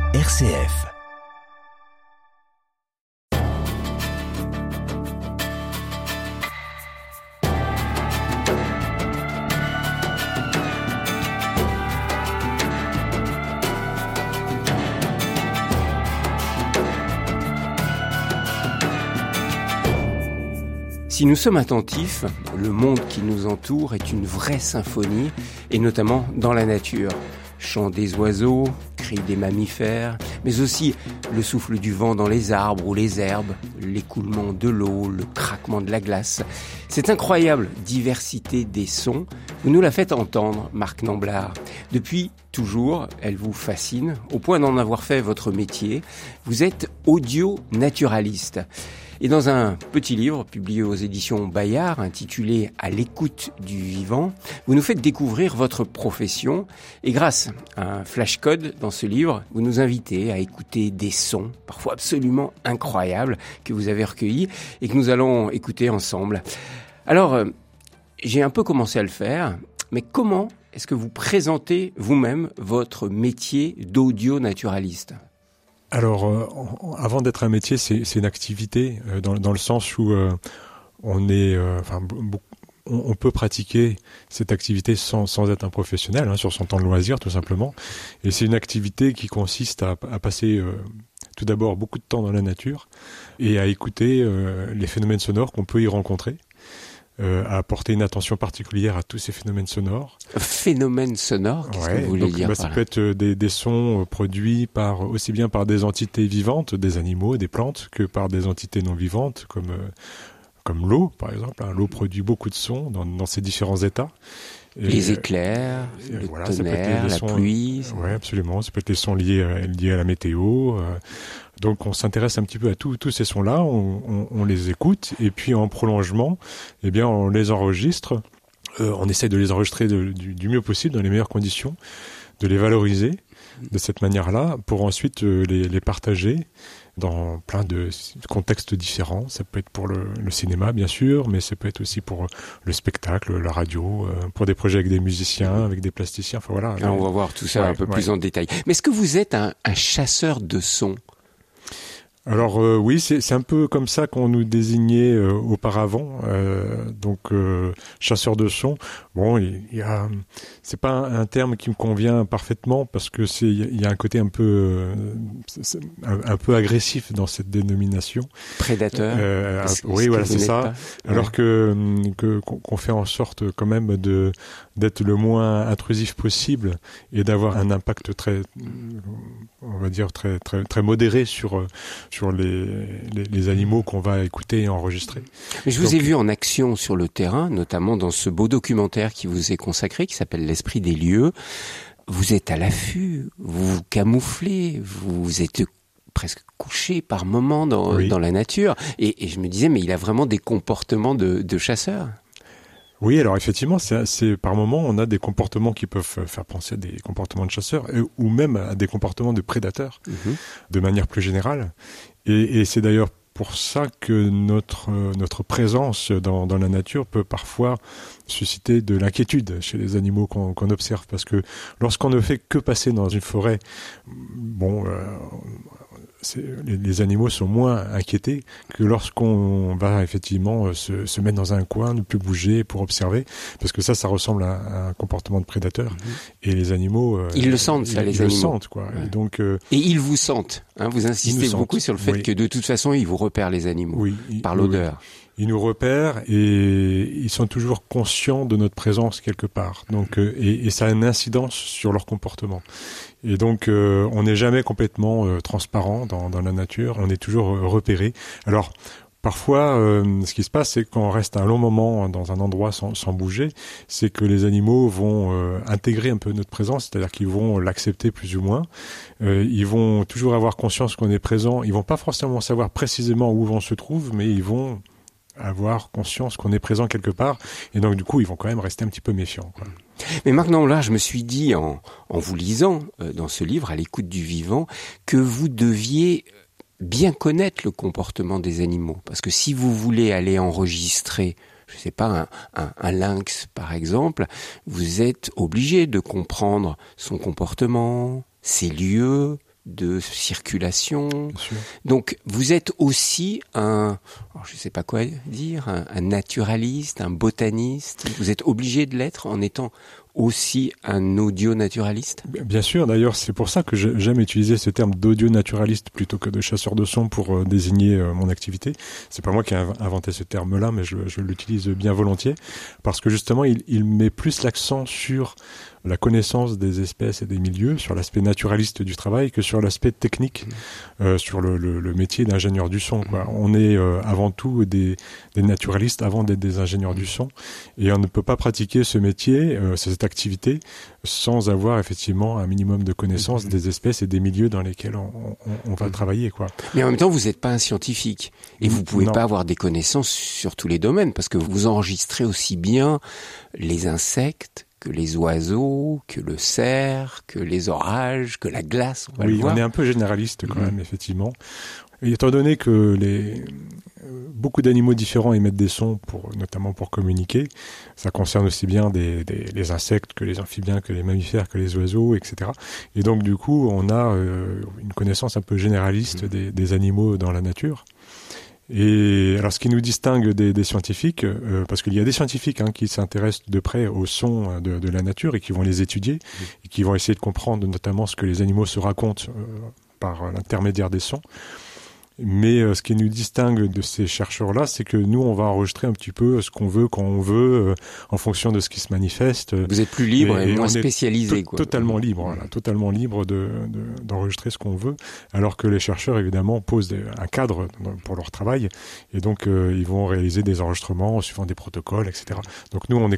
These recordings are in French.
RCF. Si nous sommes attentifs, le monde qui nous entoure est une vraie symphonie, et notamment dans la nature. Chant des oiseaux, cris des mammifères, mais aussi le souffle du vent dans les arbres ou les herbes, l'écoulement de l'eau, le craquement de la glace. Cette incroyable diversité des sons, vous nous la faites entendre, Marc Namblard. Depuis toujours, elle vous fascine, au point d'en avoir fait votre métier. Vous êtes audio-naturaliste. Et dans un petit livre publié aux éditions Bayard, intitulé « À l'écoute du vivant », vous nous faites découvrir votre profession. Et grâce à un flashcode dans ce livre, vous nous invitez à écouter des sons, parfois absolument incroyables, que vous avez recueillis et que nous allons écouter ensemble. Alors, j'ai un peu commencé à le faire, mais comment est-ce que vous présentez vous-même votre métier d'audio-naturaliste ? Alors, avant d'être un métier, c'est une activité dans le sens où on peut pratiquer cette activité sans être un professionnel, sur son temps de loisir tout simplement. Et c'est une activité qui consiste à passer tout d'abord beaucoup de temps dans la nature et à écouter les phénomènes sonores qu'on peut y rencontrer. À apporter une attention particulière à tous ces phénomènes sonores. Phénomènes sonores, qu'est-ce que vous voulez dire par ça là ? peut être des sons produits aussi bien par des entités vivantes, des animaux, des plantes, que par des entités non vivantes, comme l'eau, par exemple. L'eau produit beaucoup de sons dans ses différents états. Les éclairs, le tonnerre, la pluie. Oui, absolument. Ça peut être les sons liés à la météo. Donc on s'intéresse un petit peu à tous ces sons-là, on les écoute, et puis en prolongement, on les enregistre. On essaie de les enregistrer du mieux possible, dans les meilleures conditions, de les valoriser de cette manière-là, pour ensuite les partager dans plein de contextes différents. Ça peut être pour le cinéma, bien sûr, mais ça peut être aussi pour le spectacle, la radio, pour des projets avec des musiciens, avec des plasticiens. Enfin voilà. Alors, on va voir tout ça un peu plus en détail. Mais est-ce que vous êtes un chasseur de sons ? Alors oui, c'est un peu comme ça qu'on nous désignait auparavant. Chasseur de sons. Bon, c'est pas un terme qui me convient parfaitement parce que il y a un côté un peu agressif dans cette dénomination. Prédateur. Oui, voilà, c'est ça. Alors qu'on fait en sorte quand même d'être le moins intrusif possible et d'avoir un impact très modéré sur les animaux qu'on va écouter et enregistrer. Mais je vous ai vu en action sur le terrain, notamment dans ce beau documentaire qui vous est consacré, qui s'appelle L'Esprit des lieux. Vous êtes à l'affût, vous vous camouflez, vous êtes presque couché par moments dans la nature. Et je me disais, mais il a vraiment des comportements de chasseur. Oui, alors effectivement, c'est par moments, on a des comportements qui peuvent faire penser à des comportements de chasseurs ou même à des comportements de prédateurs, de manière plus générale. Et c'est d'ailleurs pour ça que notre présence dans la nature peut parfois susciter de l'inquiétude chez les animaux qu'on observe. Parce que lorsqu'on ne fait que passer dans une forêt, les animaux sont moins inquiétés que lorsqu'on va effectivement se mettre dans un coin, ne plus bouger pour observer, parce que ça ressemble à un comportement de prédateur. Et les animaux, ils le sentent, les animaux. Ils le sentent, quoi. Ouais. Et donc, et ils vous sentent. Vous insistez beaucoup sur le fait que de toute façon, ils vous repèrent les animaux par l'odeur. Ils nous repèrent et ils sont toujours conscients de notre présence quelque part. Donc, et ça a une incidence sur leur comportement. Et donc, on n'est jamais complètement transparent dans la nature. On est toujours repéré. Alors, parfois, ce qui se passe, c'est qu'on reste un long moment dans un endroit sans bouger, c'est que les animaux vont intégrer un peu notre présence, c'est-à-dire qu'ils vont l'accepter plus ou moins. Ils vont toujours avoir conscience qu'on est présent. Ils vont pas forcément savoir précisément où on se trouve, mais ils vont avoir conscience qu'on est présent quelque part. Et donc, du coup, ils vont quand même rester un petit peu méfiants, quoi. Mais maintenant, là, je me suis dit, en vous lisant dans ce livre, À l'écoute du vivant, que vous deviez bien connaître le comportement des animaux. Parce que si vous voulez aller enregistrer, je sais pas, un lynx, par exemple, vous êtes obligé de comprendre son comportement, ses lieux, de circulation. Donc vous êtes aussi je sais pas quoi dire, un naturaliste, un botaniste. Vous êtes obligé de l'être en étant aussi un audio-naturaliste ? Bien sûr, d'ailleurs, c'est pour ça que j'aime utiliser ce terme d'audio-naturaliste plutôt que de chasseur de son pour désigner mon activité. C'est pas moi qui ai inventé ce terme-là, mais je l'utilise bien volontiers, parce que justement, il met plus l'accent sur la connaissance des espèces et des milieux, sur l'aspect naturaliste du travail, que sur l'aspect technique, sur le métier d'ingénieur du son, quoi. On est avant tout des naturalistes avant d'être des ingénieurs du son, et on ne peut pas pratiquer ce métier, cette activité, sans avoir effectivement un minimum de connaissance des espèces et des milieux dans lesquels on va travailler, quoi. Mais en même temps, vous n'êtes pas un scientifique, et vous pouvez pas avoir des connaissances sur tous les domaines, parce que vous enregistrez aussi bien les insectes que les oiseaux, que le cerf, que les orages, que la glace. On est un peu généraliste quand même, effectivement. Et étant donné que beaucoup d'animaux différents émettent des sons, notamment pour communiquer, ça concerne aussi bien les insectes que les amphibiens, que les mammifères, que les oiseaux, etc. Et donc du coup, on a une connaissance un peu généraliste des animaux dans la nature. Et alors, ce qui nous distingue des scientifiques, parce qu'il y a des scientifiques qui s'intéressent de près aux sons de la nature et qui vont les étudier, et qui vont essayer de comprendre notamment ce que les animaux se racontent par l'intermédiaire des sons. Mais ce qui nous distingue de ces chercheurs-là, c'est que nous, on va enregistrer un petit peu ce qu'on veut, quand on veut, en fonction de ce qui se manifeste. Vous êtes plus libre et moins spécialisé, quoi. Totalement libre, voilà, totalement libre d'enregistrer ce qu'on veut, alors que les chercheurs, évidemment, posent un cadre pour leur travail, et donc ils vont réaliser des enregistrements suivant des protocoles, etc. Donc nous, on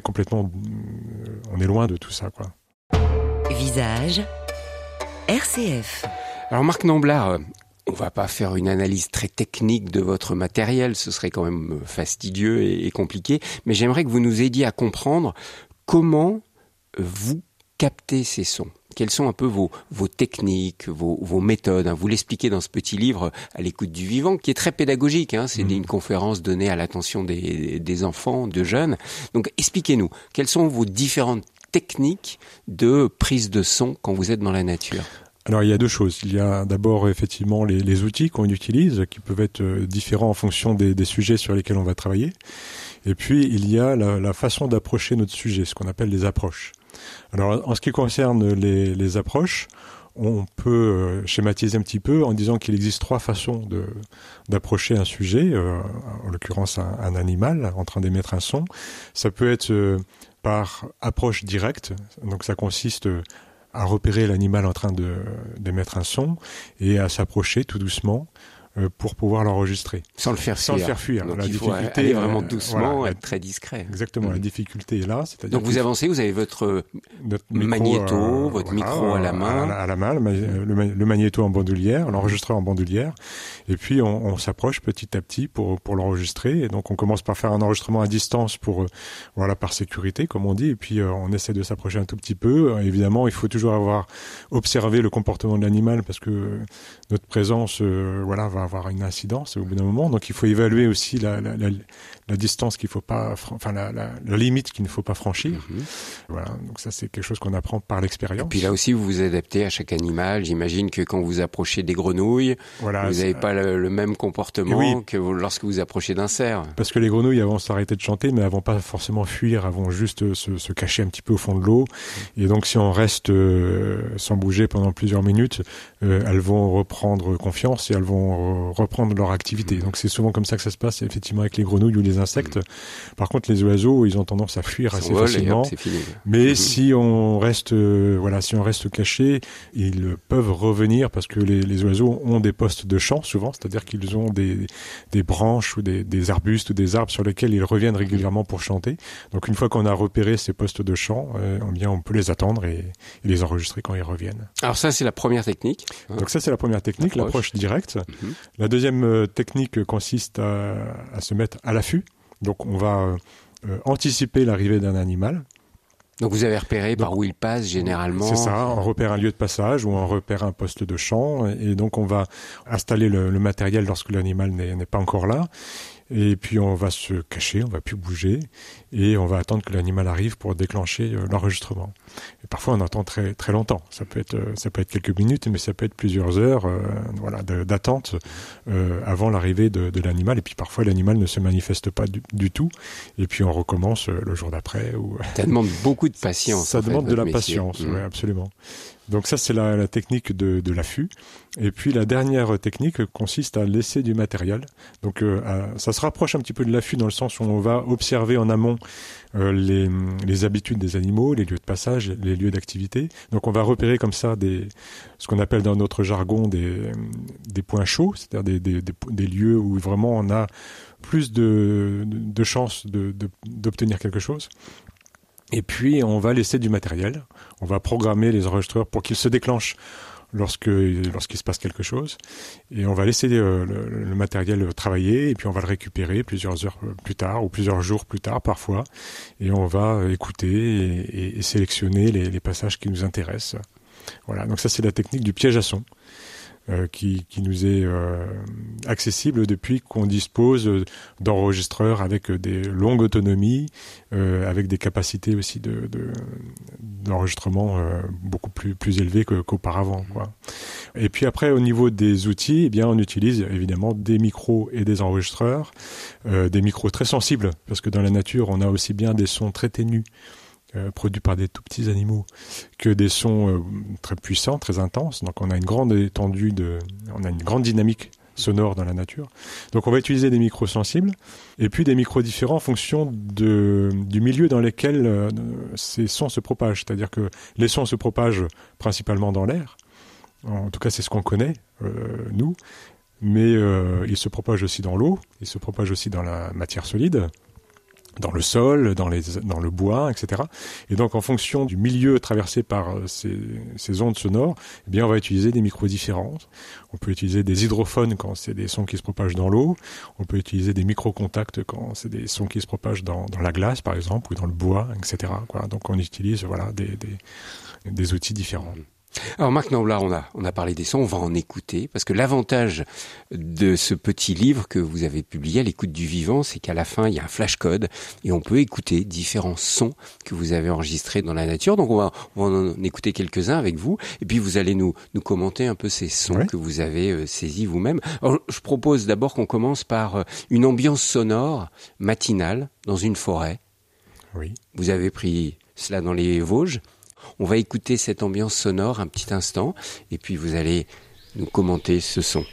est loin de tout ça, quoi. Visage RCF. Alors Marc Namblard, on va pas faire une analyse très technique de votre matériel, ce serait quand même fastidieux et compliqué, mais j'aimerais que vous nous aidiez à comprendre comment vous captez ces sons. Quelles sont un peu vos techniques, vos méthodes, Vous l'expliquez dans ce petit livre à l'écoute du vivant, qui est très pédagogique. C'est une conférence donnée à l'attention des enfants, de jeunes. Donc expliquez-nous, quelles sont vos différentes techniques de prise de son quand vous êtes dans la nature ? Alors il y a deux choses. Il y a d'abord effectivement les outils qu'on utilise, qui peuvent être différents en fonction des sujets sur lesquels on va travailler. Et puis il y a la façon d'approcher notre sujet, ce qu'on appelle les approches. Alors en ce qui concerne les approches, on peut schématiser un petit peu en disant qu'il existe trois façons d'approcher un sujet, en l'occurrence un animal en train d'émettre un son. Ça peut être par approche directe, donc ça consiste à repérer l'animal en train d'émettre un son et à s'approcher tout doucement pour pouvoir l'enregistrer. Sans le faire fuir. Donc la difficulté, aller vraiment doucement, être très discret. Exactement, la difficulté est là. Donc vous avancez, vous avez votre magnéto, votre micro à la main. À la main, le magnéto en bandoulière, l'enregistreur en bandoulière. Et puis on s'approche petit à petit pour l'enregistrer. Et donc on commence par faire un enregistrement à distance par sécurité, comme on dit. Et puis on essaie de s'approcher un tout petit peu. Évidemment, il faut toujours avoir observé le comportement de l'animal, parce que notre présence va avoir une incidence au bout d'un moment. Donc il faut évaluer aussi la distance qu'il faut pas, la limite qu'il ne faut pas franchir. Voilà. Donc ça, c'est quelque chose qu'on apprend par l'expérience. Et puis là aussi, vous vous adaptez à chaque animal. J'imagine que quand vous approchez des grenouilles, vous n'avez pas le même comportement que lorsque vous approchez d'un cerf. Parce que les grenouilles, elles vont s'arrêter de chanter, mais elles vont pas forcément fuir, elles vont juste se cacher un petit peu au fond de l'eau. Et donc si on reste sans bouger pendant plusieurs minutes, elles vont reprendre confiance et elles vont reprendre leur activité. Donc c'est souvent comme ça que ça se passe, effectivement, avec les grenouilles ou les insectes. Par contre, les oiseaux, ils ont tendance à fuir assez facilement. Mais si on reste caché, ils peuvent revenir, parce que les oiseaux ont des postes de chant souvent, c'est-à-dire qu'ils ont des branches ou des arbustes ou des arbres sur lesquels ils reviennent régulièrement pour chanter. Donc une fois qu'on a repéré ces postes de chant, on peut les attendre et les enregistrer quand ils reviennent. Alors ça, c'est la première technique. Donc ça, c'est la première technique, l'approche directe. La deuxième technique consiste à se mettre à l'affût. Donc on va anticiper l'arrivée d'un animal. Donc vous avez repéré par où il passe généralement. C'est ça, on repère un lieu de passage ou on repère un poste de chant, et donc on va installer le matériel lorsque l'animal n'est pas encore là. Et puis on va se cacher, on va plus bouger, et on va attendre que l'animal arrive pour déclencher l'enregistrement. Et parfois on attend très très longtemps. Ça peut être quelques minutes, mais ça peut être plusieurs heures, d'attente avant l'arrivée de l'animal. Et puis parfois l'animal ne se manifeste pas du tout. Et puis on recommence le jour d'après. Ça demande beaucoup de patience. Ça demande de la patience, oui, absolument. Donc ça, c'est la technique de l'affût. Et puis la dernière technique consiste à laisser du matériel. Donc ça se rapproche un petit peu de l'affût dans le sens où on va observer en amont les habitudes des animaux, les lieux de passage, les lieux d'activité. Donc on va repérer comme ça ce qu'on appelle dans notre jargon des points chauds, c'est-à-dire des lieux où vraiment on a plus de chances d'obtenir quelque chose. Et puis, on va laisser du matériel. On va programmer les enregistreurs pour qu'ils se déclenchent lorsqu'il se passe quelque chose. Et on va laisser le matériel travailler. Et puis, on va le récupérer plusieurs heures plus tard ou plusieurs jours plus tard parfois. Et on va écouter et sélectionner les passages qui nous intéressent. Voilà. Donc ça, c'est la technique du piège à son. Qui nous est accessible depuis qu'on dispose d'enregistreurs avec des longues autonomies, avec des capacités aussi d'enregistrement beaucoup plus élevées qu'auparavant, quoi. Et puis après, au niveau des outils, eh bien, on utilise évidemment des micros et des enregistreurs, des micros très sensibles, parce que dans la nature, on a aussi bien des sons très ténus, produits par des tout petits animaux, que des sons très puissants, très intenses. Donc on a une grande étendue on a une grande dynamique sonore dans la nature. Donc on va utiliser des micros sensibles et puis des micros différents en fonction du milieu dans lequel ces sons se propagent. C'est-à-dire que les sons se propagent principalement dans l'air. En tout cas, c'est ce qu'on connaît, nous. Mais ils se propagent aussi dans l'eau, ils se propagent aussi dans la matière solide, dans le sol, dans le bois, etc. Et donc, en fonction du milieu traversé par ces ondes sonores, eh bien, on va utiliser des micros différents. On peut utiliser des hydrophones quand c'est des sons qui se propagent dans l'eau. On peut utiliser des micro-contacts quand c'est des sons qui se propagent dans la glace, par exemple, ou dans le bois, etc. Quoi. Donc, on utilise des outils différents. Alors Marc Namblard, on a parlé des sons, on va en écouter, parce que l'avantage de ce petit livre que vous avez publié à l'écoute du vivant, c'est qu'à la fin, il y a un flash code et on peut écouter différents sons que vous avez enregistrés dans la nature. Donc on va en écouter quelques-uns avec vous, et puis vous allez nous commenter un peu ces sons que vous avez saisis vous-même. Alors je propose d'abord qu'on commence par une ambiance sonore matinale dans une forêt. Oui. Vous avez pris cela dans les Vosges. On va écouter cette ambiance sonore un petit instant et puis vous allez nous commenter ce son.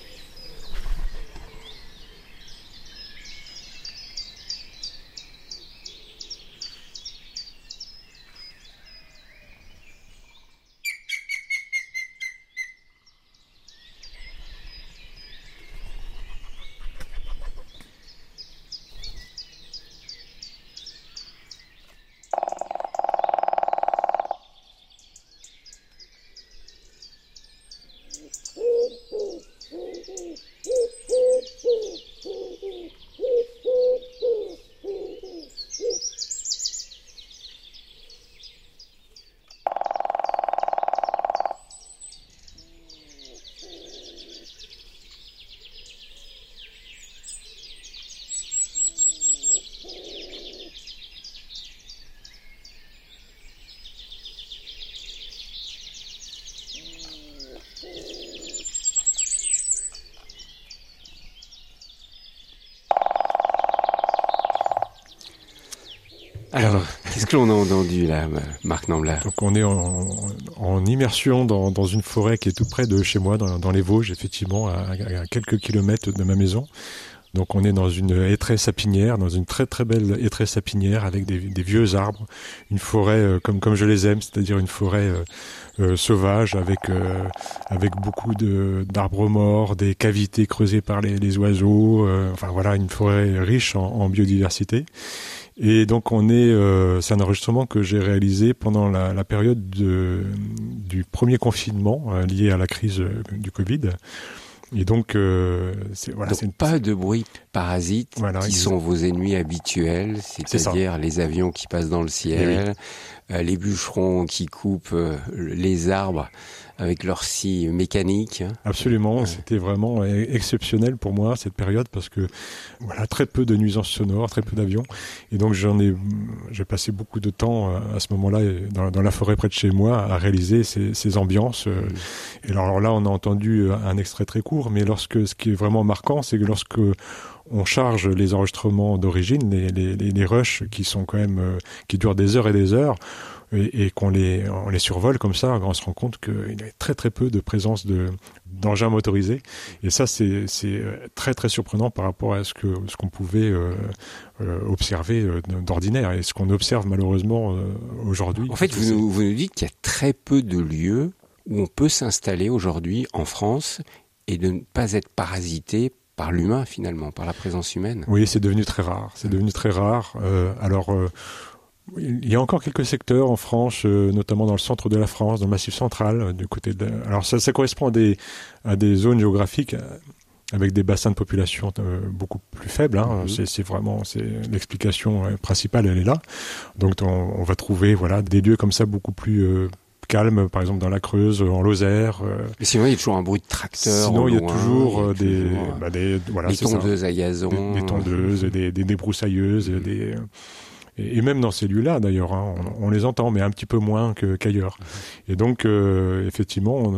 Alors, qu'est-ce que l'on a entendu là, Marc Namblard ? Donc on est en immersion dans une forêt qui est tout près de chez moi, dans les Vosges, effectivement, à quelques kilomètres de ma maison. Donc on est dans une hêtraie sapinière, dans une très très belle hêtraie sapinière avec des vieux arbres, une forêt comme je les aime, c'est-à-dire une forêt sauvage avec beaucoup d'arbres morts, des cavités creusées par les oiseaux, enfin voilà, une forêt riche en biodiversité. Et donc c'est un enregistrement que j'ai réalisé pendant la période du premier confinement lié à la crise du Covid. Et donc, pas de bruit parasites qui sont vos ennemis habituels, c'est-à-dire les avions qui passent dans le ciel, les bûcherons qui coupent les arbres avec leur scie mécanique. Absolument, c'était vraiment exceptionnel pour moi cette période parce que voilà, très peu de nuisances sonores, très peu d'avions, et donc j'ai passé beaucoup de temps à ce moment-là dans la forêt près de chez moi à réaliser ces ambiances. Et alors là, on a entendu un extrait très court, mais ce qui est vraiment marquant, c'est que lorsque on charge les enregistrements d'origine, les rushs qui sont quand même qui durent des heures et des heures, et qu'on les survole comme ça, on se rend compte qu'il y a très très peu de présence d'engins motorisés. Et ça, c'est très très surprenant par rapport à ce qu'on pouvait observer d'ordinaire et ce qu'on observe malheureusement aujourd'hui. En fait, vous nous dites qu'il y a très peu de lieux où on peut s'installer aujourd'hui en France et de ne pas être parasité par l'humain finalement, par la présence humaine. Oui, c'est devenu très rare. Il y a encore quelques secteurs en France, notamment dans le centre de la France, dans le Massif central, du côté de. Alors ça correspond à des zones géographiques avec des bassins de population beaucoup plus faibles. C'est l'explication principale, elle est là. Donc on va trouver des lieux comme ça beaucoup plus calme, par exemple dans la Creuse, en Lozère. Mais sinon, il y a toujours un bruit de tracteur. Sinon, il y a toujours des tondeuses à gazon. Des tondeuses, des débroussailleuses, et même dans ces lieux-là, d'ailleurs, on les entend, mais un petit peu moins qu'ailleurs. Et donc, effectivement,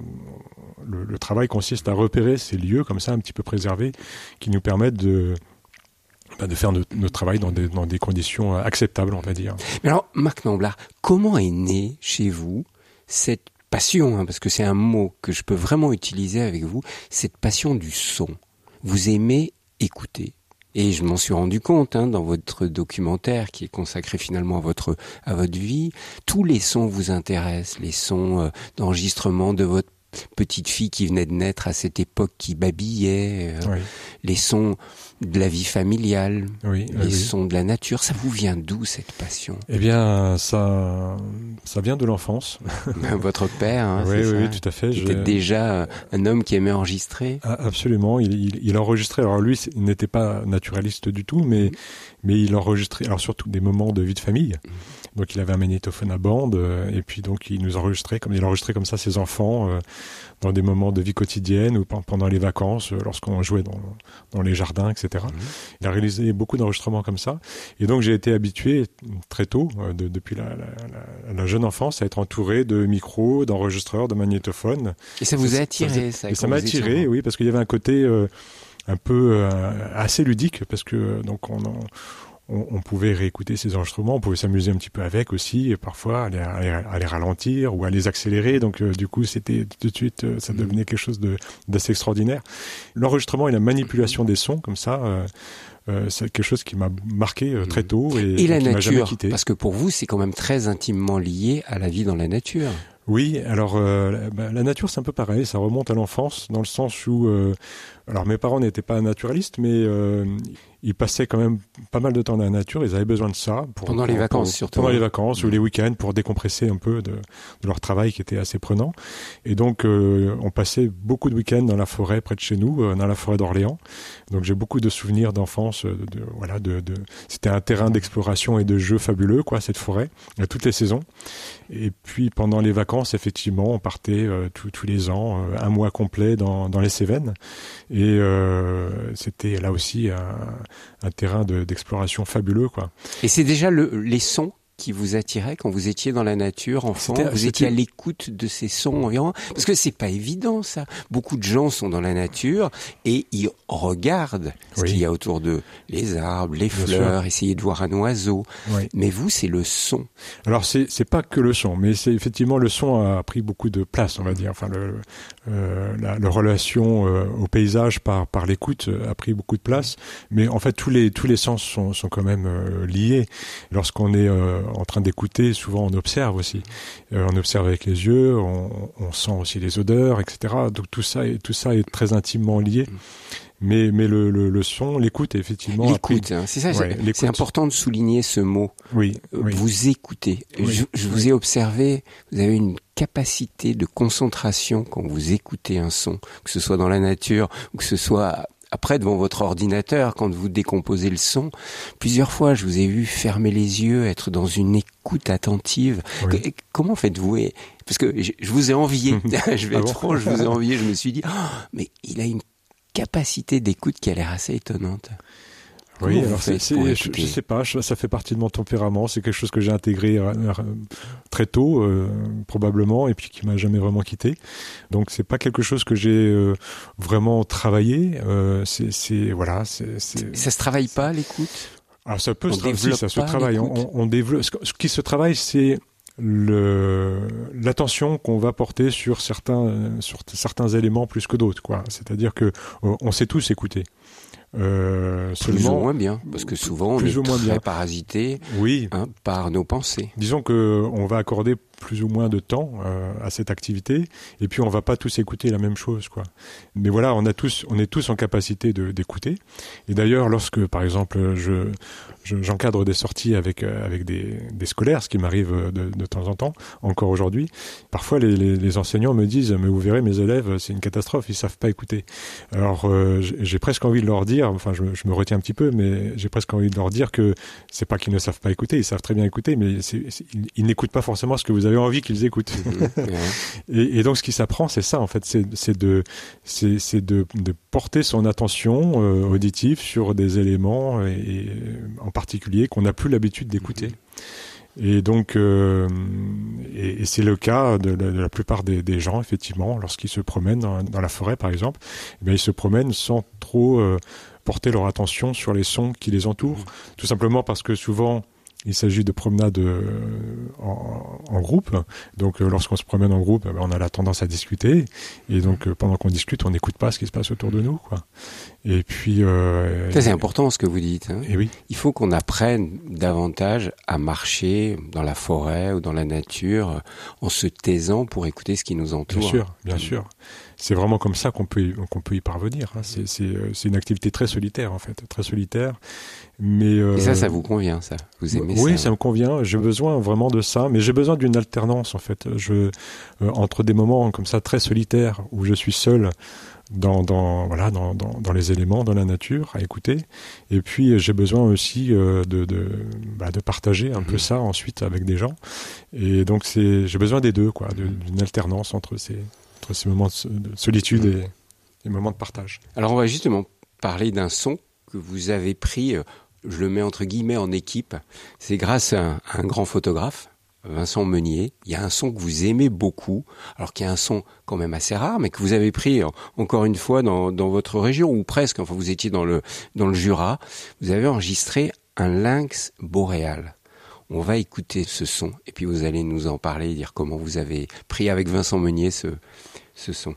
le travail consiste à repérer ces lieux comme ça, un petit peu préservés, qui nous permettent de faire notre travail dans des conditions acceptables, on va dire. Mais alors, Marc Namblard, comment est née chez vous cette passion, parce que c'est un mot que je peux vraiment utiliser avec vous, cette passion du son? Vous aimez écouter. Et je m'en suis rendu compte dans votre documentaire qui est consacré finalement à votre vie. Tous les sons vous intéressent, les sons d'enregistrement de votre petite fille qui venait de naître à cette époque, qui babillait, les sons de la vie familiale, les sons de la nature. Ça vous vient d'où cette passion? Eh bien, ça vient de l'enfance. Votre père, oui, tout à fait. C'était déjà un homme qui aimait enregistrer. Absolument, il enregistrait. Alors lui, il n'était pas naturaliste du tout, mais il enregistrait, alors surtout des moments de vie de famille. Donc il avait un magnétophone à bande, et puis donc il enregistrait comme ça ses enfants dans des moments de vie quotidienne ou pendant les vacances, lorsqu'on jouait dans les jardins, etc. Il a réalisé beaucoup d'enregistrements comme ça, et donc j'ai été habitué très tôt, depuis la jeune enfance, à être entouré de micros, d'enregistreurs, de magnétophones. Et ça vous a attiré, ça m'a attiré, oui, parce qu'il y avait un côté un peu assez ludique, parce que donc on pouvait réécouter ces enregistrements, on pouvait s'amuser un petit peu avec aussi, et parfois à les ralentir ou à les accélérer. Donc du coup, c'était tout de suite, ça devenait quelque chose d'assez extraordinaire. L'enregistrement et la manipulation des sons, comme ça, c'est quelque chose qui m'a marqué très tôt et la qui nature, m'a jamais quitté. Parce que pour vous, c'est quand même très intimement lié à la vie dans la nature. Oui, alors la nature, c'est un peu pareil, ça remonte à l'enfance, dans le sens où alors mes parents n'étaient pas naturalistes, mais ils passaient quand même pas mal de temps dans la nature, ils avaient besoin de ça. Pendant les vacances surtout. Pendant les vacances ou les week-ends, pour décompresser un peu de leur travail qui était assez prenant. Et donc on passait beaucoup de week-ends dans la forêt près de chez nous, dans la forêt d'Orléans. Donc j'ai beaucoup de souvenirs d'enfance, c'était un terrain d'exploration et de jeu fabuleux, cette forêt, à toutes les saisons. Et puis pendant les vacances, effectivement, on partait tous les ans, un mois complet dans les Cévennes. Et c'était là aussi un terrain d'exploration fabuleux, Et c'est déjà les sons qui vous attiraient quand vous étiez dans la nature, enfant? Vous étiez à l'écoute de ces sons environnants? Parce que c'est pas évident, ça. Beaucoup de gens sont dans la nature et ils regardent ce qu'il y a autour d'eux. Les arbres, les fleurs, essayer de voir un oiseau. Oui. Mais vous, c'est le son. Alors, c'est pas que le son, mais c'est effectivement le son a pris beaucoup de place, on va dire. Enfin, la relation au paysage par l'écoute a pris beaucoup de place. Mais en fait, tous les sens sont quand même liés. Lorsqu'on est en train d'écouter, souvent on observe aussi. On observe avec les yeux, on sent aussi les odeurs, etc. Donc tout ça est très intimement lié. Mais le son, l'écoute, effectivement. L'écoute, c'est ça. C'est important de souligner ce mot. Oui. Vous écoutez. Oui. Je vous ai observé. Vous avez une capacité de concentration quand vous écoutez un son, que ce soit dans la nature ou que ce soit après devant votre ordinateur, quand vous décomposez le son, plusieurs fois je vous ai vu fermer les yeux, être dans une écoute attentive. Oui. Comment faites-vous? Parce que je vous ai envié, je vais être franc, je vous ai envié, je me suis dit, mais il a une capacité d'écoute qui a l'air assez étonnante. Oui, alors je sais pas, ça fait partie de mon tempérament, c'est quelque chose que j'ai intégré très tôt, probablement, et puis qui m'a jamais vraiment quitté. Donc c'est pas quelque chose que j'ai vraiment travaillé. Ça se travaille pas l'écoute? Alors ça peut ça se travaille. On développe. Ce qui se travaille, c'est l'attention qu'on va porter sur certains éléments plus que d'autres, quoi. C'est-à-dire que on sait tous écouter. Plus ou moins bien, parce que souvent on est très parasité par nos pensées. Disons que on va accorder plus ou moins de temps à cette activité, et puis on va pas tous écouter la même chose, quoi. Mais voilà, on est tous en capacité d'écouter. Et d'ailleurs, lorsque, par exemple, j'encadre des sorties avec des scolaires, ce qui m'arrive de temps en temps, encore aujourd'hui, parfois les enseignants me disent, mais vous verrez, mes élèves, c'est une catastrophe, ils savent pas écouter. Alors j'ai presque envie de leur dire, enfin je me retiens un petit peu, mais j'ai presque envie de leur dire que c'est pas qu'ils ne savent pas écouter, ils savent très bien écouter, mais ils n'écoutent pas forcément ce que vous avez envie qu'ils écoutent. Et donc ce qui s'apprend, c'est ça en fait, c'est de porter son attention auditive sur des éléments et en particulier qu'on n'a plus l'habitude d'écouter. Et donc, et c'est le cas de la plupart des gens, effectivement, lorsqu'ils se promènent dans la forêt, par exemple, eh bien, ils se promènent sans trop porter leur attention sur les sons qui les entourent, tout simplement parce que souvent, il s'agit de promenades en groupe. Donc, lorsqu'on se promène en groupe, on a la tendance à discuter. Et donc, pendant qu'on discute, on n'écoute pas ce qui se passe autour de nous, quoi. Et puis... Ça, c'est important ce que vous dites. Hein. Et oui. Il faut qu'on apprenne davantage à marcher dans la forêt ou dans la nature en se taisant pour écouter ce qui nous entoure. Bien sûr. C'est vraiment comme ça qu'on peut y parvenir. Hein. C'est une activité très solitaire, en fait. Très solitaire. Mais et ça vous convient, ça? Vous aimez ça? Oui, ça me convient. J'ai besoin vraiment de ça. Mais j'ai besoin d'une alternance, en fait. Entre des moments comme ça, très solitaires, où je suis seul dans les éléments, dans la nature, à écouter. Et puis, j'ai besoin aussi de partager un peu ça ensuite avec des gens. Et donc, j'ai besoin des deux, quoi, d'une alternance entre ces moments de solitude et les moments de partage. Alors, on va justement parler d'un son que vous avez pris, je le mets entre guillemets en équipe. C'est grâce à un grand photographe, Vincent Meunier. Il y a un son que vous aimez beaucoup, alors qu'il y a un son quand même assez rare, mais que vous avez pris encore une fois dans votre région, ou presque, enfin vous étiez dans le Jura. Vous avez enregistré un lynx boréal. On va écouter ce son, et puis vous allez nous en parler et dire comment vous avez pris avec Vincent Meunier ce son.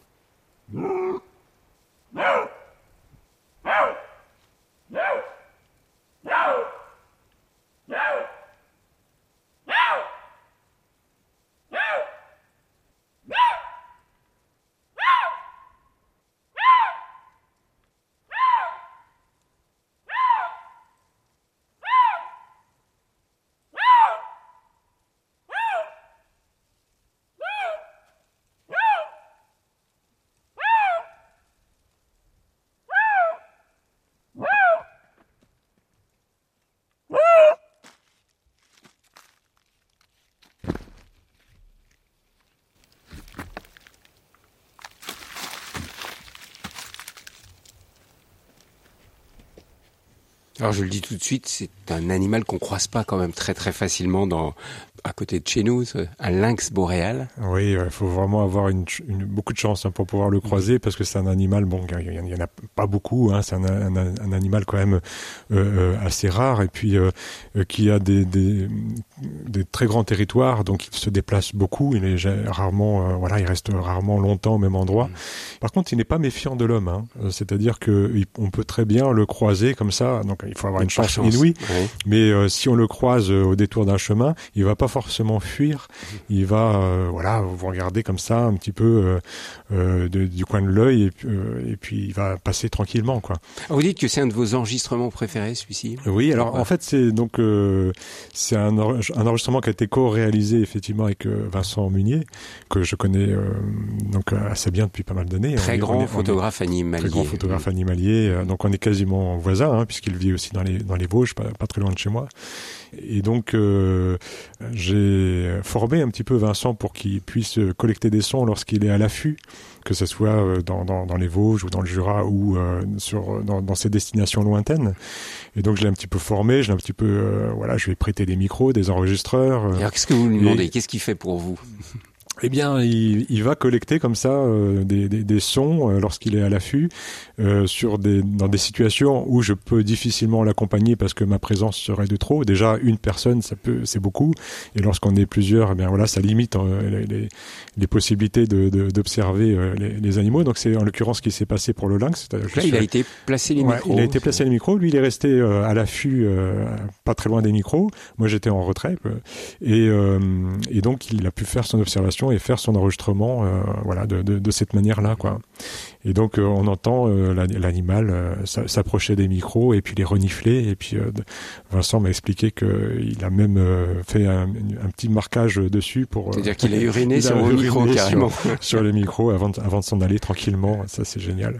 Alors je le dis tout de suite, c'est un animal qu'on croise pas quand même très très facilement à côté de chez nous, un lynx boréal. Oui, il faut vraiment avoir beaucoup de chance pour pouvoir le croiser, parce que c'est un animal, il y en a pas beaucoup, hein, c'est un animal quand même assez rare, et puis qui a des très grands territoires, donc il se déplace beaucoup, il est rarement, il reste rarement longtemps au même endroit. Par contre, il n'est pas méfiant de l'homme, hein, c'est-à-dire qu'on peut très bien le croiser comme ça, donc il faut avoir une chance inouïe, mais si on le croise au détour d'un chemin, il va pas forcément fuir. Il va, vous regarder comme ça, un petit peu du coin de l'œil, et puis il va passer tranquillement, quoi. Vous dites que c'est un de vos enregistrements préférés, celui-ci? Oui, alors en fait, c'est un enregistrement qui a été co-réalisé effectivement avec Vincent Munier, que je connais donc assez bien depuis pas mal d'années. Très grand photographe animalier. Très grand photographe animalier. Donc on est quasiment voisins, puisqu'il vit aussi dans les Vosges, pas très loin de chez moi. Et donc j'ai formé un petit peu Vincent pour qu'il puisse collecter des sons lorsqu'il est à l'affût, que ce soit dans les Vosges ou dans le Jura ou dans ces destinations lointaines. Et donc je l'ai un petit peu formé, je lui ai prêté des micros, des enregistreurs. Alors qu'est-ce que vous lui demandez? Qu'est-ce qu'il fait pour vous? Eh bien, il va collecter comme ça des sons lorsqu'il est à l'affût dans des situations où je peux difficilement l'accompagner parce que ma présence serait de trop. Déjà, une personne, c'est beaucoup, et lorsqu'on est plusieurs, eh bien voilà, ça limite les possibilités d'observer les animaux. Donc c'est en l'occurrence ce qui s'est passé pour le lynx. Là, il a été placé les micros. Il a été placé les micros. Lui, il est resté à l'affût, pas très loin des micros. Moi, j'étais en retrait, et donc il a pu faire son observation et faire son enregistrement de cette manière-là, quoi. Et donc on entend l'animal s'approcher des micros et puis les renifler, et puis Vincent m'a expliqué qu'il a même fait un petit marquage dessus pour... C'est-à-dire qu'il a uriné sur vos micros, carrément. Sur les micros avant de s'en aller tranquillement. Ça, c'est génial.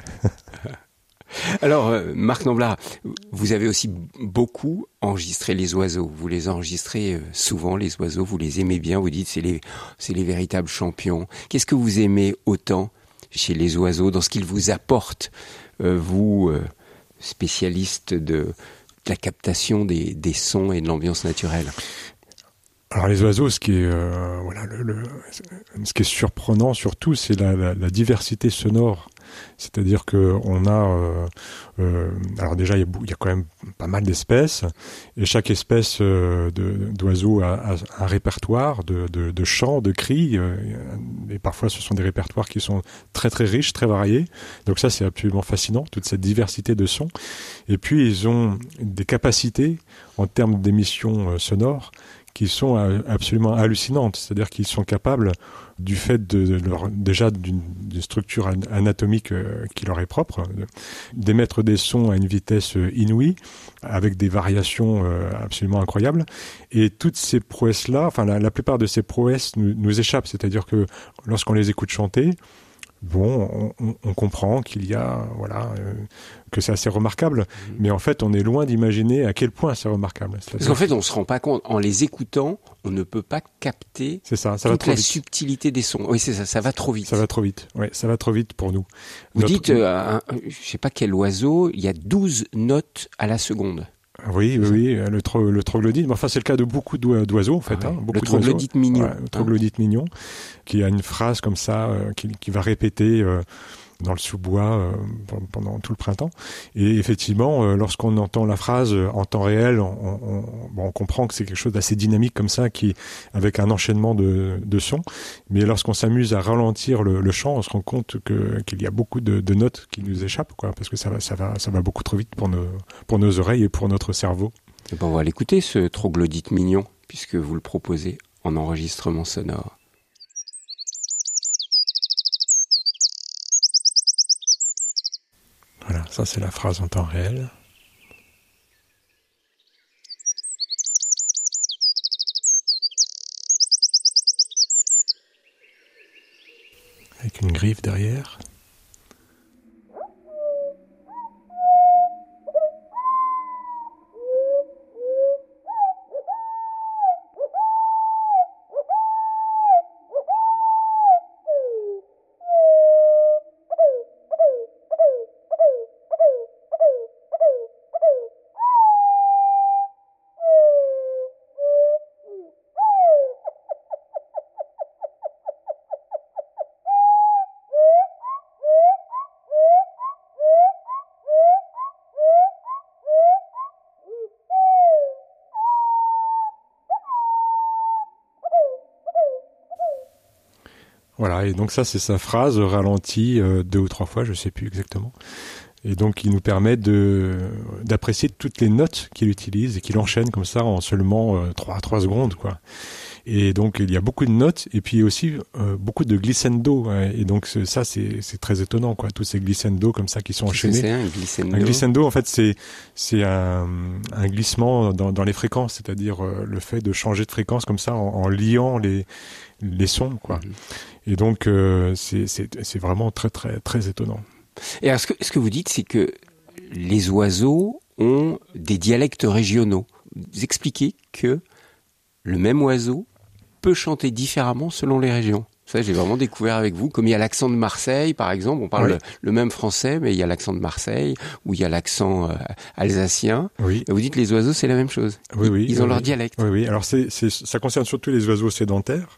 Alors, Marc Namblard, vous avez aussi beaucoup enregistré les oiseaux. Vous les enregistrez souvent, les oiseaux, vous les aimez bien, vous dites c'est les véritables champions. Qu'est-ce que vous aimez autant chez les oiseaux, dans ce qu'ils vous apportent, vous, spécialiste de la captation des sons et de l'ambiance naturelle? Alors les oiseaux, ce qui est surprenant surtout, c'est la diversité sonore. C'est-à-dire que on a, alors déjà il y a quand même pas mal d'espèces, et chaque espèce d'oiseau a un répertoire de chants, de cris, et parfois ce sont des répertoires qui sont très très riches, très variés. Donc ça, c'est absolument fascinant, toute cette diversité de sons. Et puis ils ont des capacités en termes d'émissions sonores qui sont absolument hallucinantes. C'est-à-dire qu'ils sont capables, du fait déjà d'une structure anatomique qui leur est propre, d'émettre des sons à une vitesse inouïe, avec des variations absolument incroyables. Et toutes ces prouesses-là, enfin la plupart de ces prouesses nous échappent. C'est-à-dire que lorsqu'on les écoute chanter, on comprend qu'il y a, que c'est assez remarquable, mais en fait, on est loin d'imaginer à quel point c'est remarquable. Parce qu'en fait, on se rend pas compte. En les écoutant, on ne peut pas capter toute la subtilité des sons. Oui, c'est ça, ça va trop vite. Ça va trop vite. Oui, ça va trop vite pour nous. Vous dites, je sais pas quel oiseau, il y a 12 notes à la seconde. Oui, le troglodyte. Mais enfin, c'est le cas de beaucoup d'oiseaux, en fait. Le troglodyte mignon. Le troglodyte mignon, qui a une phrase comme ça, qui va répéter dans le sous-bois pendant tout le printemps. Et effectivement, lorsqu'on entend la phrase en temps réel, on comprend que c'est quelque chose d'assez dynamique comme ça, avec un enchaînement de sons. Mais lorsqu'on s'amuse à ralentir le chant, on se rend compte qu'il y a beaucoup de notes qui nous échappent, quoi, parce que ça va beaucoup trop vite pour nos oreilles et pour notre cerveau. Et on va l'écouter, ce troglodyte mignon, puisque vous le proposez en enregistrement sonore. Voilà, ça c'est la phrase en temps réel. Avec une griffe derrière. Voilà, et donc ça, c'est sa phrase ralentie 2 ou 3 fois, je sais plus exactement. Et donc, il nous permet d'apprécier toutes les notes qu'il utilise et qu'il enchaîne comme ça en seulement 3 secondes, quoi. Et donc il y a beaucoup de notes et puis aussi beaucoup de glissando. Et donc ça c'est très étonnant, quoi. Tous ces glissando comme ça qui sont enchaînés. C'est un glissando. Un glissando, en fait, c'est un glissement dans les fréquences, c'est-à-dire le fait de changer de fréquence comme ça en liant les sons, quoi. Et donc c'est vraiment très très très étonnant. Et alors, ce que vous dites, c'est que les oiseaux ont des dialectes régionaux. Vous expliquez que le même oiseau peut chanter différemment selon les régions. Ça, j'ai vraiment découvert avec vous. Comme il y a l'accent de Marseille, par exemple, on parle le même français, mais il y a l'accent de Marseille, ou il y a l'accent alsacien. Oui. Et vous dites les oiseaux, c'est la même chose. Ils ont leur dialecte. Oui. Alors ça concerne surtout les oiseaux sédentaires.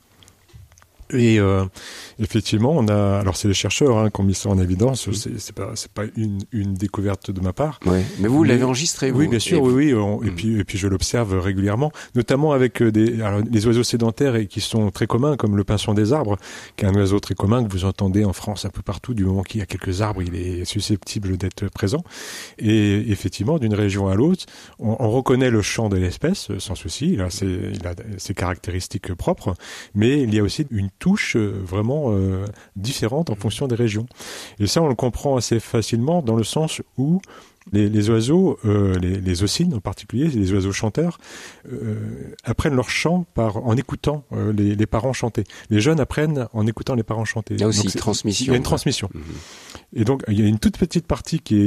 Et effectivement, alors c'est les chercheurs qui ont mis ça en évidence. C'est pas une découverte de ma part. Ouais. Mais vous l'avez enregistré, vous. Oui, bien sûr, oui. Et puis je l'observe régulièrement, notamment avec les oiseaux sédentaires et qui sont très communs, comme le pinson des arbres, qui est un oiseau très commun que vous entendez en France un peu partout. Du moment qu'il y a quelques arbres, il est susceptible d'être présent. Et effectivement, d'une région à l'autre, on reconnaît le chant de l'espèce sans souci. Il a ses caractéristiques propres, mais il y a aussi une touche vraiment différente en fonction des régions. Et ça, on le comprend assez facilement dans le sens où les oiseaux, les ocines en particulier, les oiseaux chanteurs, apprennent leur chant en écoutant les parents chanter. Les jeunes apprennent en écoutant les parents chanter. Il y a aussi une transmission. Il y a une transmission. Et donc, il y a une toute petite partie qui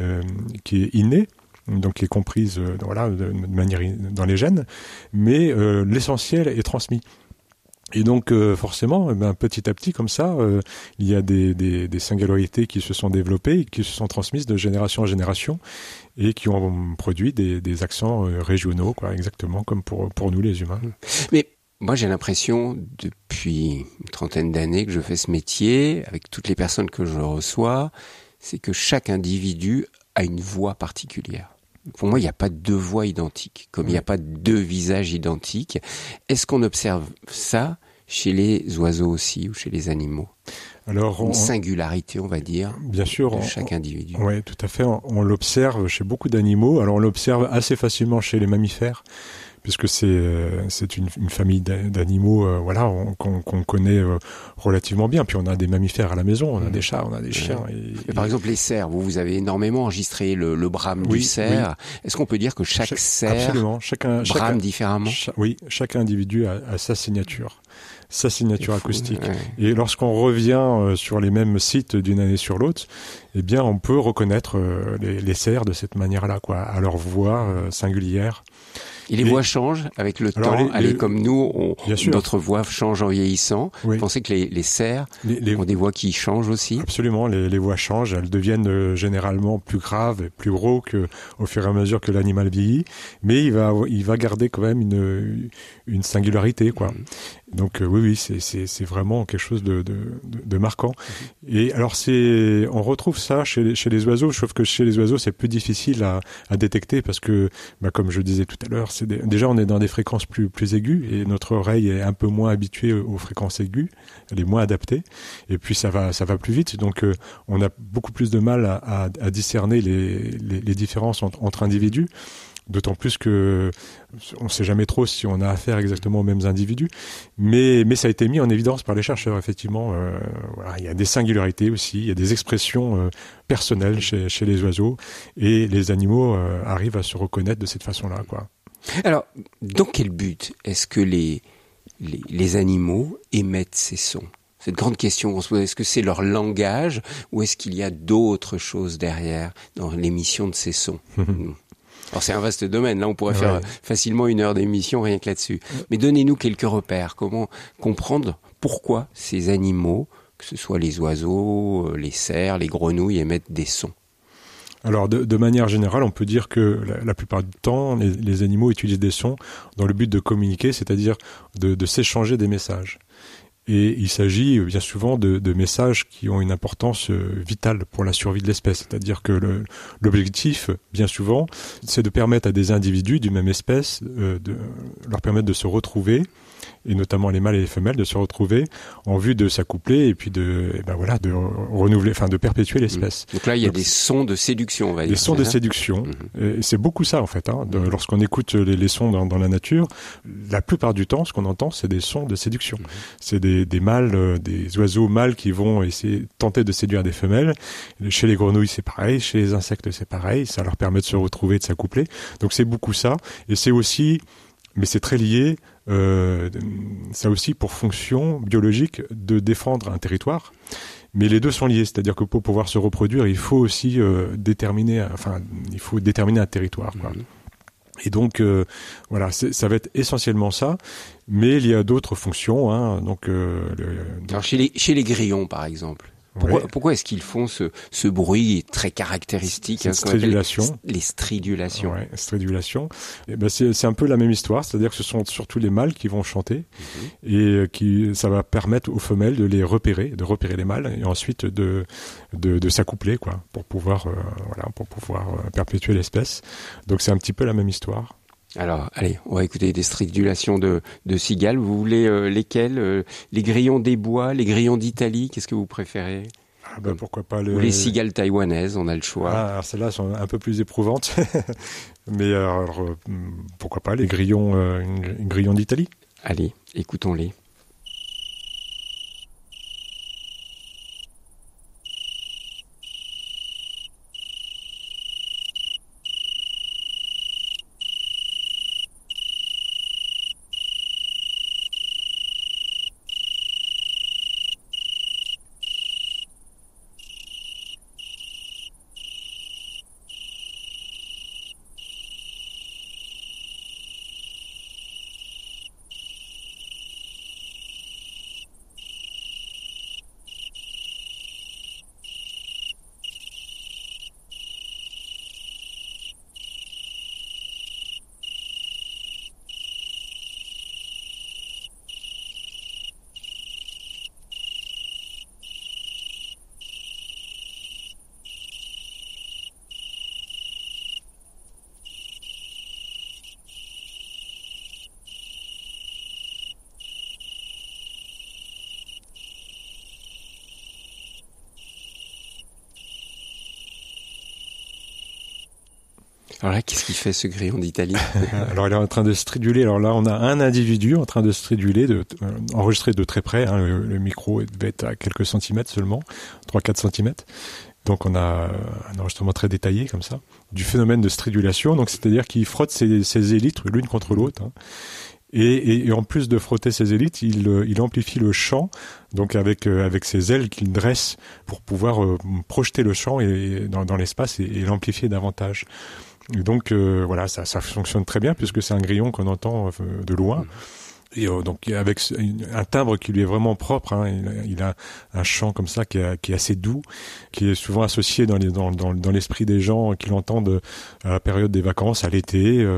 est innée, donc qui est comprise de manière dans les gènes, mais l'essentiel est transmis. Et donc forcément, petit à petit comme ça, il y a des singularités qui se sont développées, et qui se sont transmises de génération en génération et qui ont produit des accents régionaux, quoi, exactement comme pour nous les humains. Mais moi j'ai l'impression depuis une trentaine d'années que je fais ce métier, avec toutes les personnes que je reçois, c'est que chaque individu a une voix particulière. Pour moi, il n'y a pas deux voix identiques, comme il n'y a pas deux visages identiques. Est-ce qu'on observe ça chez les oiseaux aussi ou chez les animaux ? Alors, une singularité, on va dire, bien sûr, de chaque individu. Oui, tout à fait. On l'observe chez beaucoup d'animaux. Alors, on l'observe assez facilement chez les mammifères, puisque c'est une famille d'animaux qu'on connaît relativement bien. Puis on a des mammifères à la maison, on a des chats, on a des chiens. Et par exemple, les cerfs, vous avez énormément enregistré le brame du cerf. Oui. Est-ce qu'on peut dire que chaque cerf brame différemment ? Chaque individu a sa signature acoustique. Ouais. Et lorsqu'on revient sur les mêmes sites d'une année sur l'autre, eh bien, on peut reconnaître les cerfs de cette manière-là, quoi, à leur voix singulière. Et les voix changent avec le temps. Comme nous, notre voix change en vieillissant. Oui. Vous pensez que les cerfs ont des voix qui changent aussi ? Absolument, les voix changent. Elles deviennent généralement plus graves et plus rauques au fur et à mesure que l'animal vieillit. Mais il va garder quand même une singularité, quoi. Donc oui, c'est vraiment quelque chose de marquant. Et alors on retrouve ça chez les oiseaux. Je trouve que chez les oiseaux, c'est plus difficile à détecter parce que, comme je disais tout à l'heure, déjà on est dans des fréquences plus aiguës et notre oreille est un peu moins habituée aux fréquences aiguës, elle est moins adaptée. Et puis ça va plus vite, donc on a beaucoup plus de mal à discerner les différences entre individus. D'autant plus que on sait jamais trop si on a affaire exactement aux mêmes individus, mais ça a été mis en évidence par les chercheurs. Effectivement, il y a des singularités aussi, il y a des expressions personnelles chez les oiseaux, et les animaux arrivent à se reconnaître de cette façon-là, quoi. Alors, dans quel but est-ce que les animaux émettent ces sons ? Cette grande question qu'on se pose, est-ce que c'est leur langage ou est-ce qu'il y a d'autres choses derrière dans l'émission de ces sons ? Alors c'est un vaste domaine, là on pourrait faire facilement 1 heure d'émission rien que là-dessus. Mais donnez-nous quelques repères, comment comprendre pourquoi ces animaux, que ce soit les oiseaux, les cerfs, les grenouilles, émettent des sons. Alors de manière générale, on peut dire que la plupart du temps, les animaux utilisent des sons dans le but de communiquer, c'est-à-dire de s'échanger des messages. Et il s'agit bien souvent de messages qui ont une importance vitale pour la survie de l'espèce. C'est-à-dire que l'objectif, bien souvent, c'est de permettre à des individus d'une même espèce, de leur permettre de se retrouver et notamment les mâles et les femelles, de se retrouver en vue de s'accoupler et puis de renouveler, enfin de perpétuer l'espèce. Donc là, il y a des sons de séduction, on va dire. Des sons de séduction. Et c'est beaucoup ça en fait. Lorsqu'on écoute les sons dans la nature, la plupart du temps, ce qu'on entend, c'est des sons de séduction. C'est des mâles, des oiseaux mâles qui vont essayer tenter de séduire des femelles. Chez les grenouilles, c'est pareil. Chez les insectes, c'est pareil. Ça leur permet de se retrouver, de s'accoupler. Donc c'est beaucoup ça. Et c'est aussi, mais c'est très lié, ça a aussi pour fonction biologique de défendre un territoire. Mais les deux sont liés, c'est-à-dire que pour pouvoir se reproduire, il faut aussi déterminer un territoire, quoi. Et donc voilà, ça va être essentiellement ça, mais il y a d'autres fonctions, hein. Donc alors chez les grillons, par exemple. Pourquoi est-ce qu'ils font ce bruit très caractéristique, stridulation. Les stridulations. Ouais, stridulation. Et ben c'est un peu la même histoire, c'est-à-dire que ce sont surtout les mâles qui vont chanter et ça va permettre aux femelles de repérer les mâles et ensuite de s'accoupler, quoi, pour pouvoir perpétuer l'espèce. Donc c'est un petit peu la même histoire. Alors, allez, on va écouter des stridulations de cigales. Vous voulez lesquelles les grillons des bois, les grillons d'Italie, qu'est-ce que vous préférez? Pourquoi pas ou les cigales taïwanaises, on a le choix. Alors celles-là sont un peu plus éprouvantes. Mais alors, pourquoi pas les grillons d'Italie? Allez, écoutons-les. Alors là, qu'est-ce qu'il fait ce grillon d'Italie? Alors il est en train de striduler. Alors là, on a un individu en train de striduler, enregistré de très près. Hein, le micro devait être à quelques centimètres seulement, 3-4 centimètres. Donc on a un enregistrement très détaillé comme ça du phénomène de stridulation. Donc c'est-à-dire qu'il frotte ses élytres l'une contre l'autre. Hein. Et en plus de frotter ses élytres, il amplifie le chant, donc avec ses ailes qu'il dresse pour pouvoir projeter le chant dans l'espace et l'amplifier davantage. Et donc voilà, ça fonctionne très bien puisque c'est un grillon qu'on entend de loin. Et donc avec un timbre qui lui est vraiment propre, hein, il a un chant comme ça qui est assez doux, qui est souvent associé dans l'esprit des gens qui l'entendent à la période des vacances, à l'été.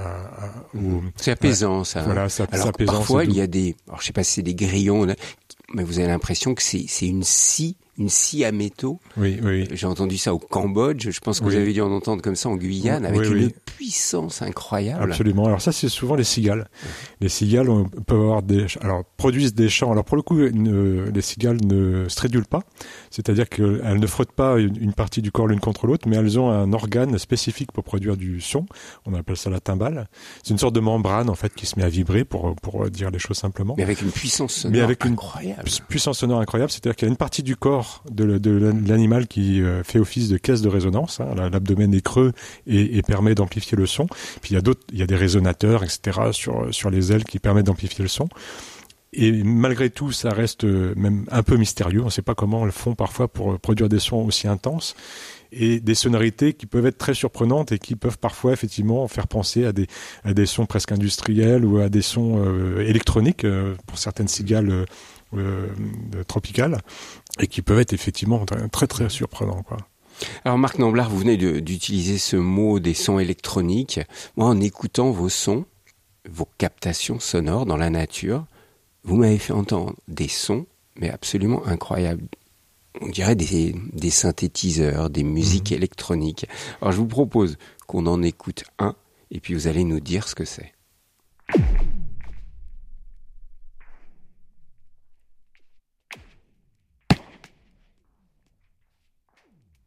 C'est apaisant, ça. Voilà, c'est apaisant. Parfois il y a alors je sais pas si c'est des grillons, mais vous avez l'impression que c'est une scie à métaux. Oui. J'ai entendu ça au Cambodge. Je pense que vous avez dû en entendre comme ça en Guyane, avec une puissance incroyable. Absolument. Alors ça, c'est souvent les cigales. Les cigales peuvent avoir produisent des chants. Alors pour le coup, les cigales ne stridulent pas. C'est-à-dire qu'elles ne frottent pas une partie du corps l'une contre l'autre, mais elles ont un organe spécifique pour produire du son. On appelle ça la timbale. C'est une sorte de membrane, en fait, qui se met à vibrer pour dire les choses simplement. Mais avec une puissance sonore incroyable. Puissance sonore incroyable. C'est-à-dire qu'il y a une partie du corps de l'animal qui fait office de caisse de résonance. Hein. L'abdomen est creux et permet d'amplifier le son. Puis il y a des résonateurs, etc. sur les ailes qui permettent d'amplifier le son. Et malgré tout, ça reste même un peu mystérieux. On ne sait pas comment elles font parfois pour produire des sons aussi intenses et des sonorités qui peuvent être très surprenantes et qui peuvent parfois effectivement faire penser à des sons presque industriels ou à des sons électroniques pour certaines cigales tropicales et qui peuvent être effectivement très très surprenants, quoi. Alors Marc Namblard, vous venez d'utiliser ce mot des sons électroniques. Moi, en écoutant vos sons, vos captations sonores dans la nature, vous m'avez fait entendre des sons, mais absolument incroyables. On dirait des synthétiseurs, des musiques électroniques. Alors je vous propose qu'on en écoute un, et puis vous allez nous dire ce que c'est.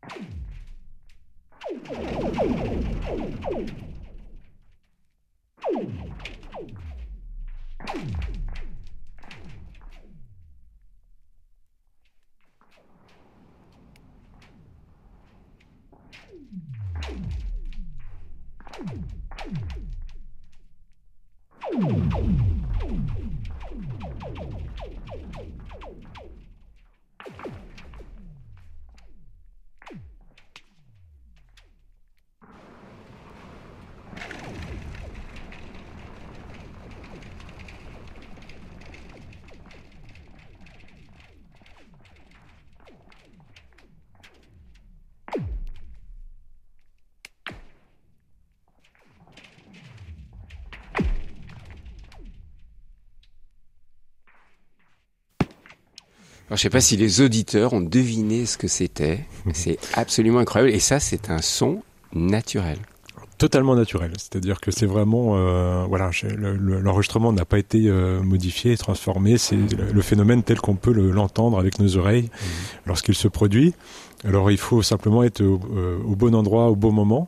Alors, je ne sais pas si les auditeurs ont deviné ce que c'était. C'est absolument incroyable. Et ça, c'est un son naturel. Totalement naturel. C'est-à-dire que c'est vraiment... l'enregistrement n'a pas été modifié, transformé. C'est le phénomène tel qu'on peut l'entendre avec nos oreilles lorsqu'il se produit. Alors, il faut simplement être au bon endroit, au bon moment.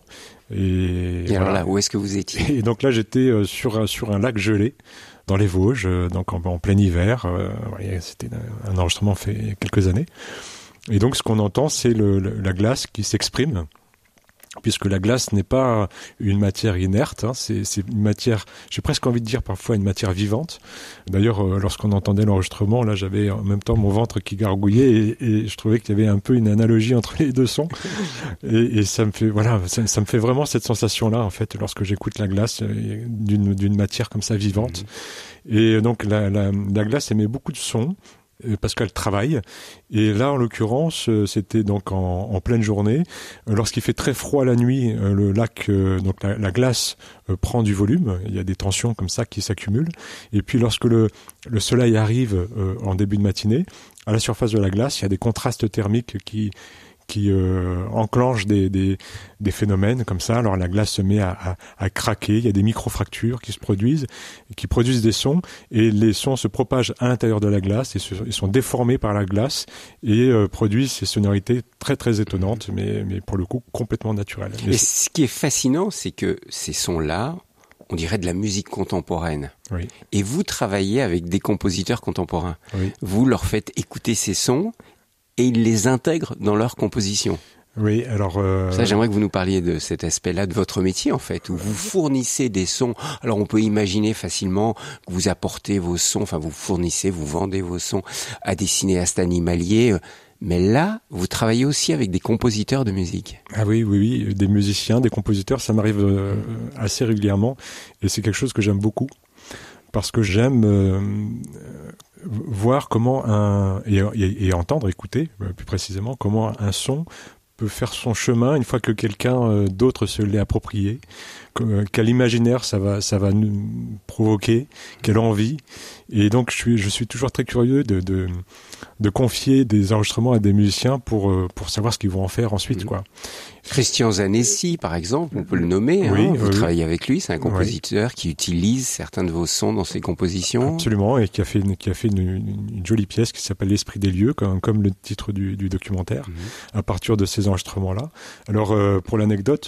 Et alors là, où est-ce que vous étiez ? Et donc là, j'étais sur un lac gelé, dans les Vosges, donc en plein hiver. C'était un enregistrement fait il y a quelques années. Et donc, ce qu'on entend, c'est la glace qui s'exprime, puisque la glace n'est pas une matière inerte, c'est une matière, j'ai presque envie de dire parfois une matière vivante. D'ailleurs, lorsqu'on entendait l'enregistrement, là, j'avais en même temps mon ventre qui gargouillait et je trouvais qu'il y avait un peu une analogie entre les deux sons. Et ça me fait, ça me fait vraiment cette sensation-là, en fait, lorsque j'écoute la glace d'une matière comme ça vivante. Et donc, la glace émet beaucoup de sons, parce qu'elle travaille. Et là, en l'occurrence, c'était donc en pleine journée. Lorsqu'il fait très froid la nuit, le lac, donc la glace prend du volume. Il y a des tensions comme ça qui s'accumulent. Et puis, lorsque le soleil arrive en début de matinée, à la surface de la glace, il y a des contrastes thermiques qui enclenchent des phénomènes comme ça. Alors la glace se met à craquer, il y a des micro-fractures qui se produisent, qui produisent des sons, et les sons se propagent à l'intérieur de la glace et sont déformés par la glace et produisent ces sonorités très très étonnantes, mais pour le coup complètement naturelles. Et ce qui est fascinant, c'est que ces sons-là, on dirait de la musique contemporaine. Oui. Et vous travaillez avec des compositeurs contemporains. Oui. Vous leur faites écouter ces sons et ils les intègrent dans leur composition. Oui, alors... Ça, j'aimerais que vous nous parliez de cet aspect-là de votre métier, en fait, où vous fournissez des sons. Alors, on peut imaginer facilement que vous apportez vos sons, enfin, vous vendez vos sons à des cinéastes animaliers. Mais là, vous travaillez aussi avec des compositeurs de musique. Ah oui, des musiciens, des compositeurs, ça m'arrive assez régulièrement. Et c'est quelque chose que j'aime beaucoup. Parce que j'aime voir comment et entendre, écouter plus précisément, comment un son peut faire son chemin une fois que quelqu'un d'autre se l'est approprié, quel imaginaire ça va nous provoquer, quelle envie. Et donc je suis toujours très curieux de confier des enregistrements à des musiciens pour savoir ce qu'ils vont en faire ensuite, quoi. Christian Zanessi, par exemple, on peut le nommer. Oui, vous travaillez avec lui, c'est un compositeur qui utilise certains de vos sons dans ses compositions. Absolument, et qui a fait une jolie pièce qui s'appelle L'Esprit des lieux, comme le titre du documentaire, à partir de ces enregistrements-là. Alors, pour l'anecdote,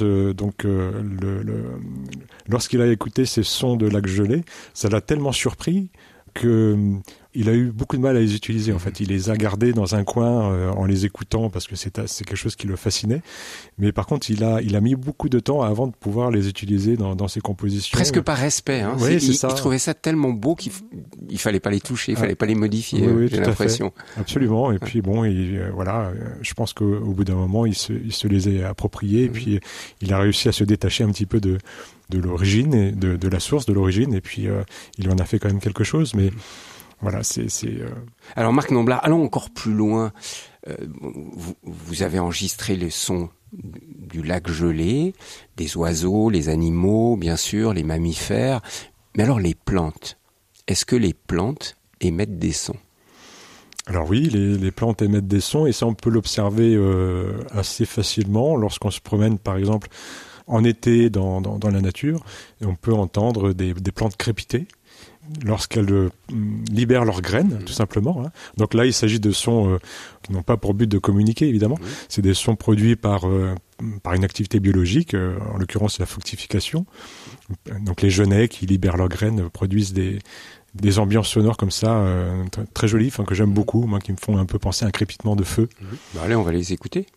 lorsqu'il a écouté ces sons de lac gelé, ça l'a tellement surpris que il a eu beaucoup de mal à les utiliser. En fait, il les a gardés dans un coin en les écoutant parce que c'est quelque chose qui le fascinait. Mais par contre, il a mis beaucoup de temps avant de pouvoir les utiliser dans ses compositions. Presque par respect. Hein. Oui, c'est ça. Il trouvait ça tellement beau qu'il fallait pas les toucher, il fallait pas les modifier. Oui, j'ai l'impression. Absolument. Et puis bon, je pense qu'au bout d'un moment, il se les a appropriés. Et puis il a réussi à se détacher un petit peu de l'origine et de la source de l'origine. Et puis il en a fait quand même quelque chose. Mais voilà, Alors Marc Nomblard, allons encore plus loin. Vous avez enregistré les sons du lac gelé, des oiseaux, les animaux, bien sûr, les mammifères. Mais alors les plantes, est-ce que les plantes émettent des sons ? Alors oui, les plantes émettent des sons et ça on peut l'observer assez facilement lorsqu'on se promène par exemple en été dans la nature et on peut entendre des plantes crépiter. lorsqu'elles libèrent leurs graines, tout simplement. Hein. Donc là, il s'agit de sons qui n'ont pas pour but de communiquer, évidemment. C'est des sons produits par une activité biologique, en l'occurrence la fructification. Donc les genêts qui libèrent leurs graines produisent des ambiances sonores comme ça, très jolies, que j'aime beaucoup, moi, qui me font un peu penser à un crépitement de feu. Allez, on va les écouter.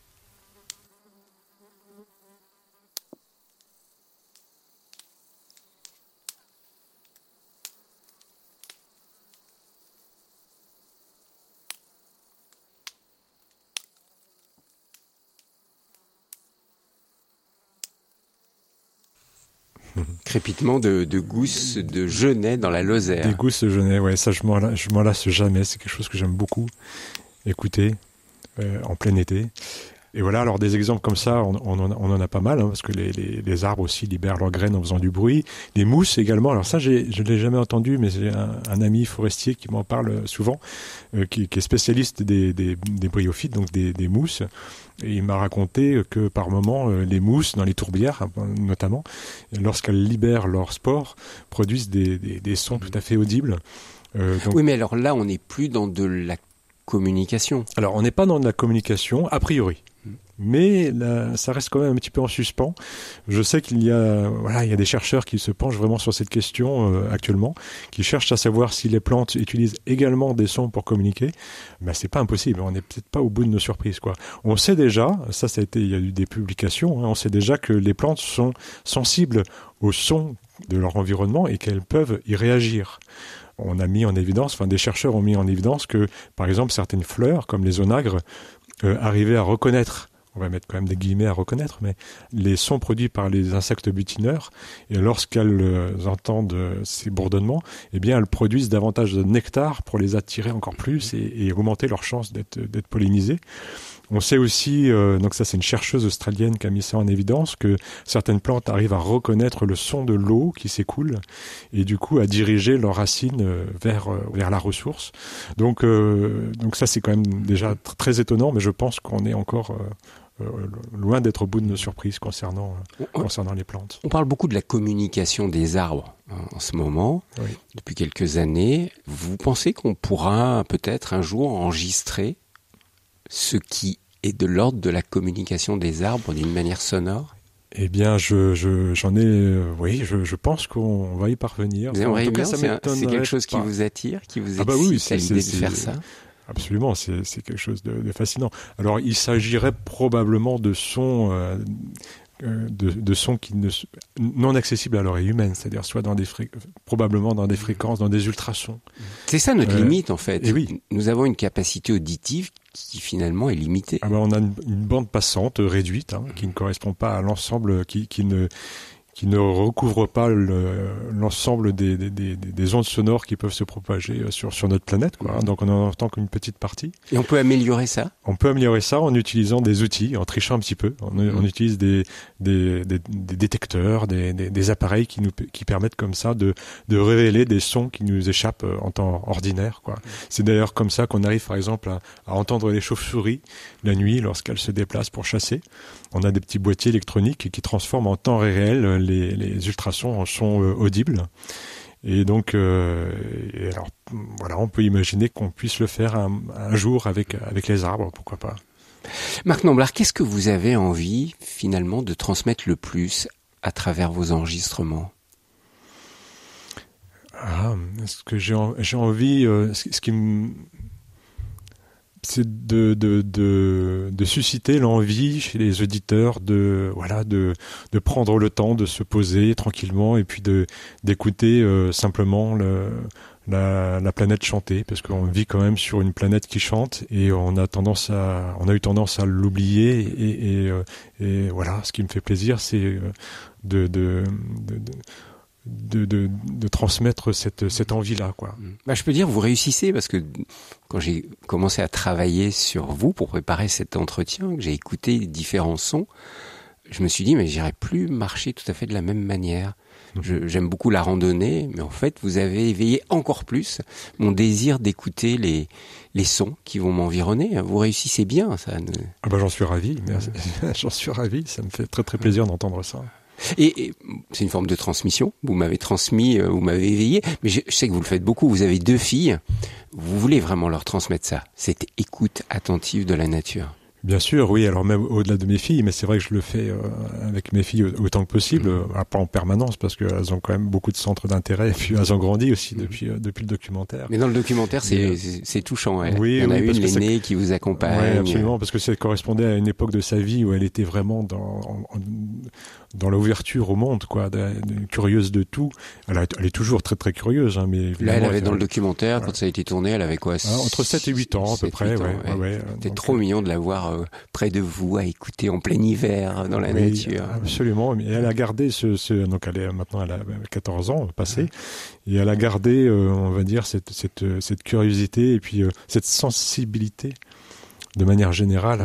Crépitement de gousses de genêt dans la Lozère. Des gousses de genêt, ouais, ça je m'en lasse jamais, c'est quelque chose que j'aime beaucoup écouter en plein été. Et voilà, alors des exemples comme ça, on en a pas mal, parce que les arbres aussi libèrent leurs graines en faisant du bruit. Les mousses également, alors ça je ne l'ai jamais entendu, mais j'ai un ami forestier qui m'en parle souvent, qui est spécialiste des bryophytes, donc des mousses. Et il m'a raconté que par moment, les mousses, dans les tourbières notamment, lorsqu'elles libèrent leurs spores, produisent des sons tout à fait audibles. Donc... Oui, mais alors là, on n'est plus dans de la communication. Alors, on n'est pas dans de la communication, a priori. Mais là, ça reste quand même un petit peu en suspens. Je sais qu'il y a des chercheurs qui se penchent vraiment sur cette question actuellement, qui cherchent à savoir si les plantes utilisent également des sons pour communiquer. Ben, c'est pas impossible. On n'est peut-être pas au bout de nos surprises, quoi. On sait déjà, il y a eu des publications, on sait déjà que les plantes sont sensibles au son de leur environnement et qu'elles peuvent y réagir. On a mis en évidence, des chercheurs ont mis en évidence que, par exemple, certaines fleurs, comme les onagres, arrivaient à reconnaître, on va mettre quand même des guillemets à reconnaître, mais les sons produits par les insectes butineurs, et lorsqu'elles entendent ces bourdonnements, eh bien elles produisent davantage de nectar pour les attirer encore plus et augmenter leurs chances d'être pollinisées. On sait aussi, donc ça c'est une chercheuse australienne qui a mis ça en évidence, que certaines plantes arrivent à reconnaître le son de l'eau qui s'écoule et du coup à diriger leurs racines vers la ressource. Donc ça c'est quand même déjà très étonnant, mais je pense qu'on est encore loin d'être au bout de nos surprises concernant les plantes. On parle beaucoup de la communication des arbres en ce moment, oui. Depuis quelques années. Vous pensez qu'on pourra peut-être un jour enregistrer ce qui est de l'ordre de la communication des arbres d'une manière sonore? Eh bien, je pense qu'on va y parvenir. Vous aimeriez bien, c'est quelque chose qui vous attire, qui vous excite à l'idée de faire ça? Absolument, c'est quelque chose de fascinant. Alors, il s'agirait probablement de sons... de sons qui non accessibles à l'oreille humaine, c'est-à-dire soit probablement dans des fréquences, dans des ultrasons. C'est ça notre limite en fait. Oui. Nous avons une capacité auditive qui finalement est limitée. On a une bande passante réduite qui ne correspond pas à l'ensemble, qui ne recouvre pas l'ensemble des ondes sonores qui peuvent se propager sur notre planète, quoi. Donc on en entend qu'une petite partie. Et on peut améliorer ça? On peut améliorer ça en utilisant des outils, en trichant un petit peu. On utilise des détecteurs, des appareils qui permettent comme ça de révéler des sons qui nous échappent en temps ordinaire, quoi. C'est d'ailleurs comme ça qu'on arrive par exemple à entendre les chauves-souris la nuit lorsqu'elles se déplacent pour chasser. On a des petits boîtiers électroniques qui transforment en temps réel les ultrasons en sons audibles. Et donc, alors, voilà, on peut imaginer qu'on puisse le faire un jour avec les arbres, pourquoi pas. Marc Namblard, qu'est-ce que vous avez envie, finalement, de transmettre le plus à travers vos enregistrements? Ce que j'ai envie, ce qui me... c'est de susciter l'envie chez les auditeurs de prendre le temps de se poser tranquillement et puis d'écouter simplement la planète chanter, parce qu'on vit quand même sur une planète qui chante et on a eu tendance à l'oublier et voilà, ce qui me fait plaisir, c'est de transmettre cette envie-là, quoi. Je peux dire, vous réussissez, parce que quand j'ai commencé à travailler sur vous pour préparer cet entretien, que j'ai écouté différents sons, je me suis dit, mais j'irai plus marcher tout à fait de la même manière. J'aime beaucoup la randonnée, mais en fait, vous avez éveillé encore plus mon désir d'écouter les sons qui vont m'environner. Vous réussissez bien, ça. J'en suis ravi. J'en suis ravi. Ça me fait très très plaisir d'entendre ça. Et c'est une forme de transmission. Vous m'avez transmis, vous m'avez éveillé. Mais je sais que vous le faites beaucoup. Vous avez 2 filles. Vous voulez vraiment leur transmettre ça, cette écoute attentive de la nature. Bien sûr, oui. Alors même au-delà de mes filles, mais c'est vrai que je le fais avec mes filles autant que possible, pas en permanence parce qu'elles ont quand même beaucoup de centres d'intérêt et puis elles ont grandi aussi depuis le documentaire. Mais dans le documentaire, c'est touchant. Oui, il y en a oui, une, l'aînée, qui vous accompagne. Oui, absolument, parce que ça correspondait à une époque de sa vie où elle était vraiment dans l'ouverture au monde, quoi, curieuse de tout. Elle est toujours très très curieuse, hein, mais là, elle avait dans le documentaire, quand ça a été tourné, elle avait quoi, entre 7 et 8 ans à peu près. C'était trop mignon de la voir près de vous, à écouter en plein hiver dans la nature. Absolument. Mais elle a gardé donc maintenant elle a 14 ans passé, et elle a gardé, on va dire, cette curiosité et puis cette sensibilité de manière générale.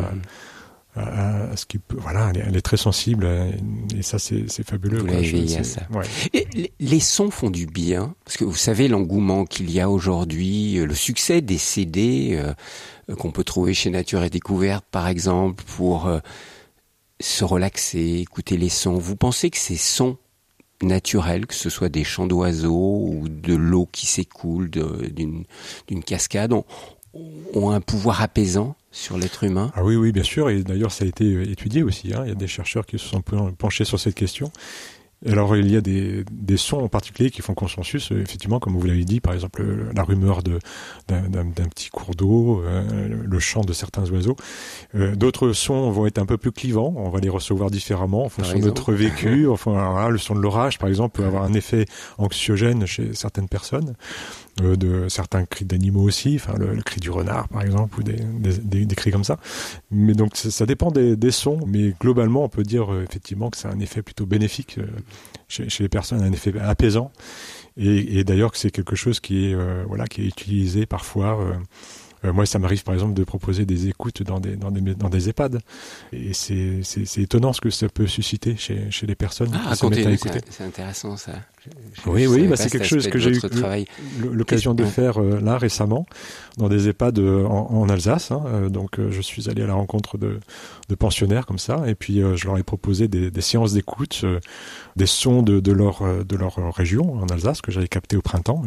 À ce qui peut, voilà, elle est très sensible et ça c'est fabuleux. Vous l'avez éveillé à ça. Ouais. Et les sons font du bien parce que vous savez l'engouement qu'il y a aujourd'hui, le succès des CD qu'on peut trouver chez Nature et Découverte par exemple pour se relaxer, écouter les sons. Vous pensez que ces sons naturels, que ce soit des chants d'oiseaux ou de l'eau qui s'écoule d'une cascade, ont un pouvoir apaisant sur l'être humain? Ah oui, bien sûr, et d'ailleurs ça a été étudié aussi, hein. Il y a des chercheurs qui se sont penchés sur cette question. Alors il y a des sons en particulier qui font consensus, effectivement, comme vous l'avez dit, par exemple la rumeur d'un petit cours d'eau, le chant de certains oiseaux. D'autres sons vont être un peu plus clivants, on va les recevoir différemment en fonction de notre vécu. Enfin, le son de l'orage, par exemple, peut avoir un effet anxiogène chez certaines personnes. De certains cris d'animaux aussi, enfin le cri du renard par exemple, ou des cris comme ça. Mais donc ça dépend des sons, mais globalement on peut dire effectivement que c'est un effet plutôt bénéfique chez les personnes, un effet apaisant. Et d'ailleurs que c'est quelque chose qui est utilisé parfois. Moi, ça m'arrive par exemple de proposer des écoutes dans des EHPAD, et c'est étonnant ce que ça peut susciter chez les personnes qui se mettent à écouter. C'est intéressant ça. Oui, c'est quelque chose que j'ai eu l'occasion de faire là récemment dans des EHPAD en Alsace. Hein, donc je suis allé à la rencontre de pensionnaires comme ça, et puis je leur ai proposé des séances d'écoute, des sons de leur région en Alsace que j'avais capté au printemps,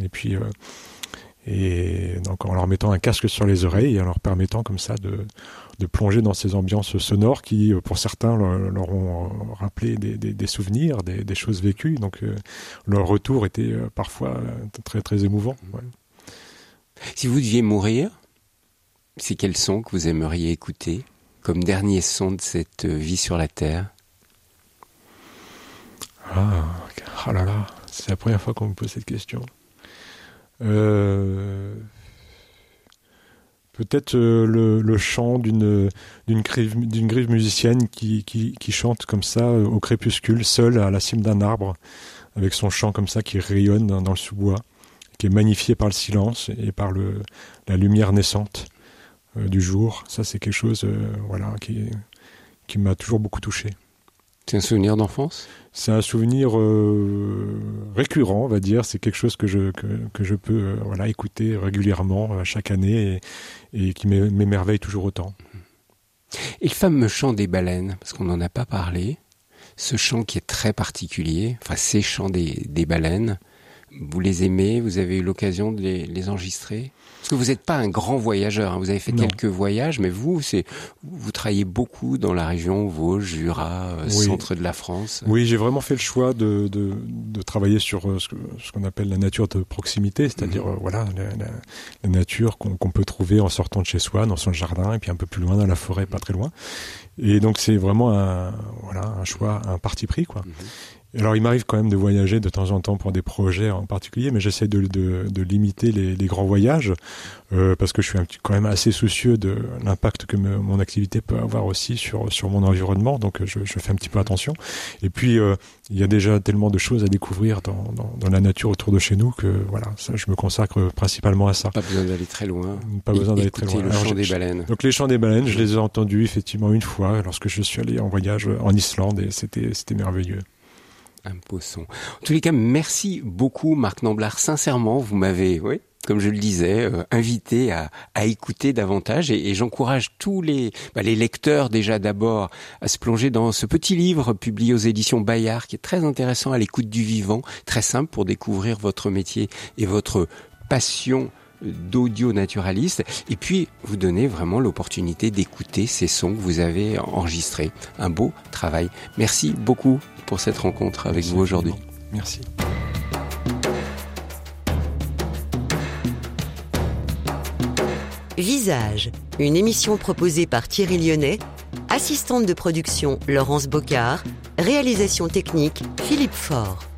et donc en leur mettant un casque sur les oreilles et en leur permettant comme ça de plonger dans ces ambiances sonores qui, pour certains, leur ont rappelé des souvenirs, des choses vécues. Donc leur retour était parfois très très émouvant. Ouais. Si vous deviez mourir, c'est quel son que vous aimeriez écouter comme dernier son de cette vie sur la Terre? Ah là là, c'est la première fois qu'on me pose cette question. Peut-être le chant d'une grive musicienne qui chante comme ça au crépuscule, seule à la cime d'un arbre, avec son chant comme ça qui rayonne dans le sous-bois, qui est magnifié par le silence et par la lumière naissante du jour. Ça, c'est quelque chose qui m'a toujours beaucoup touché. C'est un souvenir d'enfance ? C'est un souvenir récurrent, on va dire. C'est quelque chose que je peux écouter régulièrement chaque année et qui m'émerveille toujours autant. Et le fameux chant des baleines, parce qu'on n'en a pas parlé, ce chant qui est très particulier, enfin ces chants des baleines, vous les aimez, vous avez eu l'occasion de les enregistrer ? Parce que vous n'êtes pas un grand voyageur, hein. Vous avez fait quelques voyages, mais vous travaillez beaucoup dans la région Vosges, Jura, centre de la France. Oui, j'ai vraiment fait le choix de travailler sur ce qu'on appelle la nature de proximité, c'est-à-dire la nature qu'on peut trouver en sortant de chez soi, dans son jardin, et puis un peu plus loin dans la forêt, pas très loin. Et donc c'est vraiment un choix, un parti pris, quoi. Alors, il m'arrive quand même de voyager de temps en temps pour des projets en particulier, mais j'essaie de limiter les grands voyages parce que je suis quand même assez soucieux de l'impact que mon activité peut avoir aussi sur mon environnement, donc je fais un petit peu attention. Et puis, il y a déjà tellement de choses à découvrir dans la nature autour de chez nous que ça, je me consacre principalement à ça. Pas besoin d'aller très loin. Pas besoin d'aller très loin. Le chant des baleines. Donc les chants des baleines, je les ai entendus effectivement une fois lorsque je suis allé en voyage en Islande et c'était merveilleux. Un beau son. En tous les cas, merci beaucoup Marc Namblard. Sincèrement, vous m'avez comme je le disais, inviter à écouter davantage et j'encourage tous les lecteurs déjà d'abord à se plonger dans ce petit livre publié aux éditions Bayard qui est très intéressant, à l'écoute du vivant, très simple pour découvrir votre métier et votre passion d'audio naturaliste, et puis vous donnez vraiment l'opportunité d'écouter ces sons que vous avez enregistrés. Un beau travail. Merci beaucoup pour cette rencontre avec vous aujourd'hui. Merci. Visage, une émission proposée par Thierry Lyonnais, assistante de production Laurence Bocard, réalisation technique Philippe Faure.